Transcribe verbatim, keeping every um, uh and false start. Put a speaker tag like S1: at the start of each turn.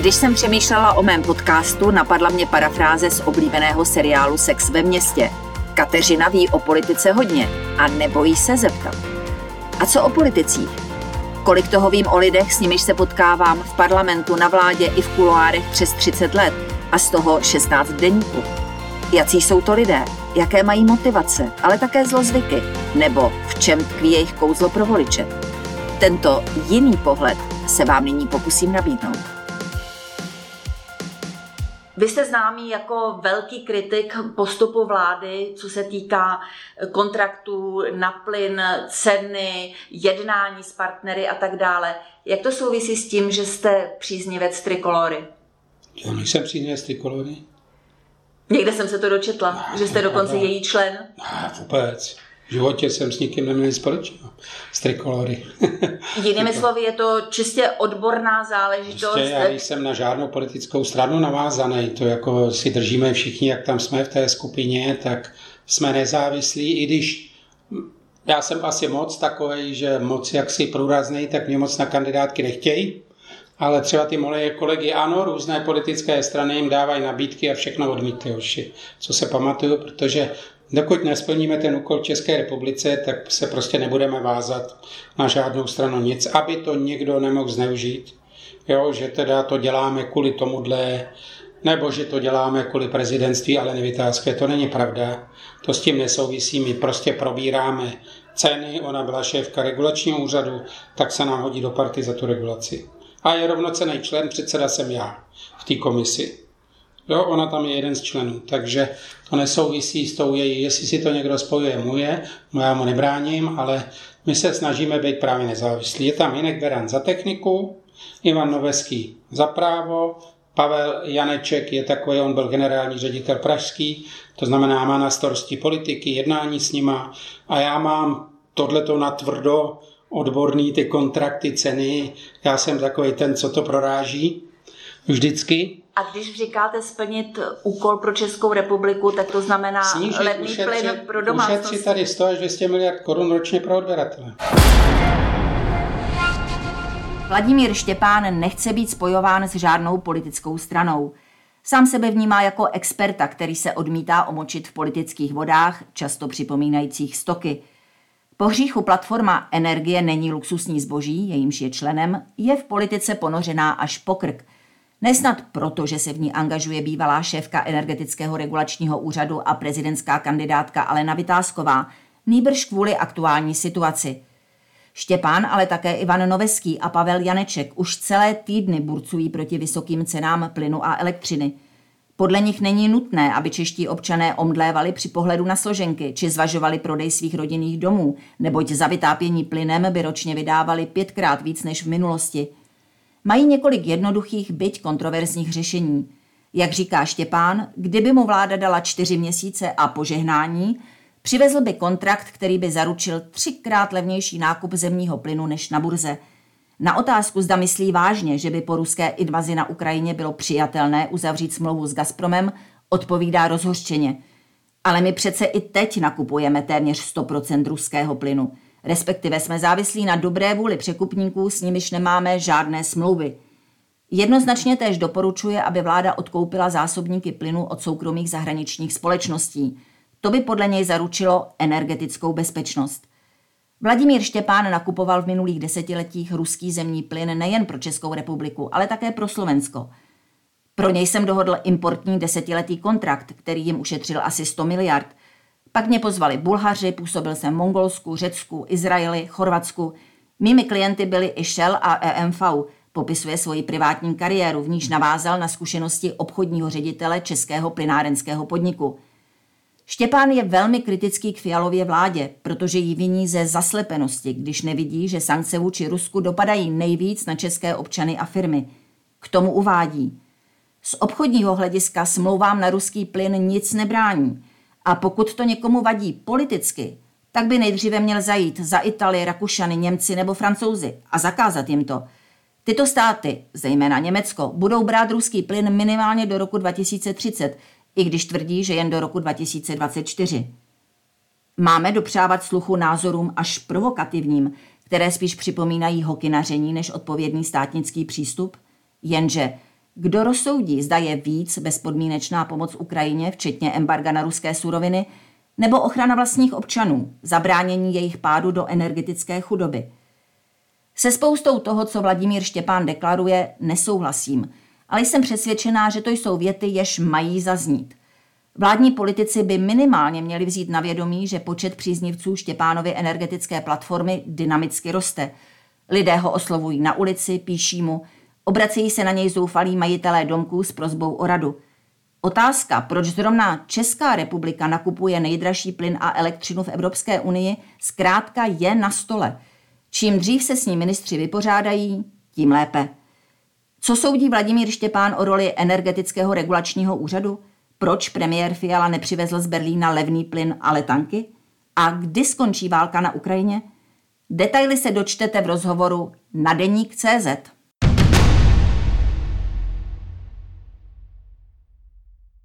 S1: Když jsem přemýšlela o mém podcastu, napadla mě parafráze z oblíbeného seriálu Sex ve městě. Kateřina ví o politice hodně a nebojí se zeptat. A co o politicích? Kolik toho vím o lidech, s nimiž se potkávám v parlamentu, na vládě i v kuloárech přes třicet let a z toho šestnáct v deníku. Jací jsou to lidé? Jaké mají motivace, ale také zlozvyky? Nebo v čem tkví jejich kouzlo pro voliče? Tento jiný pohled se vám nyní pokusím nabídnout. Vy jste známý jako velký kritik postupu vlády, co se týká kontraktů na plyn, ceny, jednání s partnery a tak dále. Jak to souvisí s tím, že jste příznivec Trikolory?
S2: Já nejsem příznivec Trikolory.
S1: Někde jsem se to dočetla, no, že jste dokonce no, její člen.
S2: No, vůbec. V životě jsem s nikým neměl společného. Z Trikolory.
S1: Jinými slovy, je to čistě odborná záležitost.
S2: Prostě já jsem na žádnou politickou stranu navázaný. To jako si držíme všichni, jak tam jsme v té skupině, tak jsme nezávislí, i když já jsem asi moc takovej, že moc jaksi průraznej, tak mě moc na kandidátky nechtějí. Ale třeba ty moje kolegy, ano, různé politické strany jim dávají nabídky a všechno odmítají, co se pamatuju, protože dokud nesplníme ten úkol v České republice, tak se prostě nebudeme vázat na žádnou stranu nic, aby to někdo nemohl zneužít, jo, že teda to děláme kvůli tomuhle, nebo že to děláme kvůli prezidentství, ale nevytázky. To není pravda, to s tím nesouvisí, my prostě probíráme ceny, ona byla šéfka regulačního úřadu, tak se nám hodí do party za tu regulaci. A je rovnocenný člen, předseda jsem já v té komisi. Jo, ona tam je jeden z členů, takže to nesouvisí s tou její, jestli si to někdo spojuje můje, já mu nebráním, ale my se snažíme být právě nezávislí. Je tam Hynek Beran za techniku, Ivan Noveský za právo, Pavel Janeček je takový, on byl generální ředitel pražský, to znamená má na starosti politiky, jednání s nima a já mám tohleto natvrdo odborný, ty kontrakty, ceny, já jsem takový ten, co to proráží vždycky.
S1: A když říkáte splnit úkol pro Českou republiku, tak to znamená
S2: snížit,
S1: levný
S2: ušetřit,
S1: plyn pro domácnosti.
S2: Ušetřit tady sto až dvě stě miliard korun ročně pro odběratele.
S1: Vladimír Štěpán nechce být spojován s žádnou politickou stranou. Sám sebe vnímá jako experta, který se odmítá omočit v politických vodách, často připomínajících stoky. Po hříchu platforma Energie není luxusní zboží, jejímž je členem, je v politice ponořená až po krk. Nesnad proto, že se v ní angažuje bývalá šéfka Energetického regulačního úřadu a prezidentská kandidátka Alena Vitásková, nýbrž kvůli aktuální situaci. Štěpán, ale také Ivan Noveský a Pavel Janeček už celé týdny burcují proti vysokým cenám plynu a elektřiny. Podle nich není nutné, aby čeští občané omdlévali při pohledu na složenky či zvažovali prodej svých rodinných domů, neboť za vytápění plynem by ročně vydávali pětkrát víc než v minulosti. Mají několik jednoduchých, byť kontroverzních řešení. Jak říká Štěpán, kdyby mu vláda dala čtyři měsíce a požehnání, přivezl by kontrakt, který by zaručil třikrát levnější nákup zemního plynu než na burze. Na otázku, zda myslí vážně, že by po ruské invazi na Ukrajině bylo přijatelné uzavřít smlouvu s Gazpromem, odpovídá rozhořčeně. Ale my přece i teď nakupujeme téměř sto procent ruského plynu. Respektive jsme závislí na dobré vůli překupníků, s nimiž nemáme žádné smlouvy. Jednoznačně též doporučuje, aby vláda odkoupila zásobníky plynu od soukromých zahraničních společností. To by podle něj zaručilo energetickou bezpečnost. Vladimír Štěpán nakupoval v minulých desetiletích ruský zemní plyn nejen pro Českou republiku, ale také pro Slovensko. Pro něj jsem dohodl importní desetiletý kontrakt, který jim ušetřil asi sto miliard. Pak mě pozvali Bulhaři, působil jsem v Mongolsku, Řecku, Izraeli, Chorvatsku. Mými klienty byli i Shell a E M V. Popisuje svoji privátní kariéru, v níž navázal na zkušenosti obchodního ředitele českého plynárenského podniku. Štěpán je velmi kritický k Fialově vládě, protože ji viní ze zaslepenosti, když nevidí, že sankce vůči Rusku dopadají nejvíc na české občany a firmy. K tomu uvádí: z obchodního hlediska smlouvám na ruský plyn nic nebrání. A pokud to někomu vadí politicky, tak by nejdříve měl zajít za Itálii, Rakušany, Němci nebo Francouzi a zakázat jim to. Tyto státy, zejména Německo, budou brát ruský plyn minimálně do roku dva tisíce třicet, i když tvrdí, že jen do roku dva tisíce dvacet čtyři. Máme dopřávat sluchu názorům až provokativním, které spíš připomínají hokinaření než odpovědný státnický přístup? Jenže Kdo rozsoudí, zda je víc bezpodmínečná pomoc Ukrajině, včetně embarga na ruské suroviny, nebo ochrana vlastních občanů, zabránění jejich pádu do energetické chudoby? Se spoustou toho, co Vladimír Štěpán deklaruje, nesouhlasím, ale jsem přesvědčená, že to jsou věty, jež mají zaznít. Vládní politici by minimálně měli vzít na vědomí, že počet příznivců Štěpánovy energetické platformy dynamicky roste. Lidé ho oslovují na ulici, píší mu, obracejí se na něj zoufalí majitelé domků s prosbou o radu. Otázka, proč zrovna Česká republika nakupuje nejdražší plyn a elektřinu v Evropské unii, zkrátka je na stole. Čím dřív se s ním ministři vypořádají, tím lépe. Co soudí Vladimír Štěpán o roli energetického regulačního úřadu? Proč premiér Fiala nepřivezl z Berlína levný plyn, ale tanky? A kdy skončí válka na Ukrajině? Detaily se dočtete v rozhovoru na deník tečka cé zet.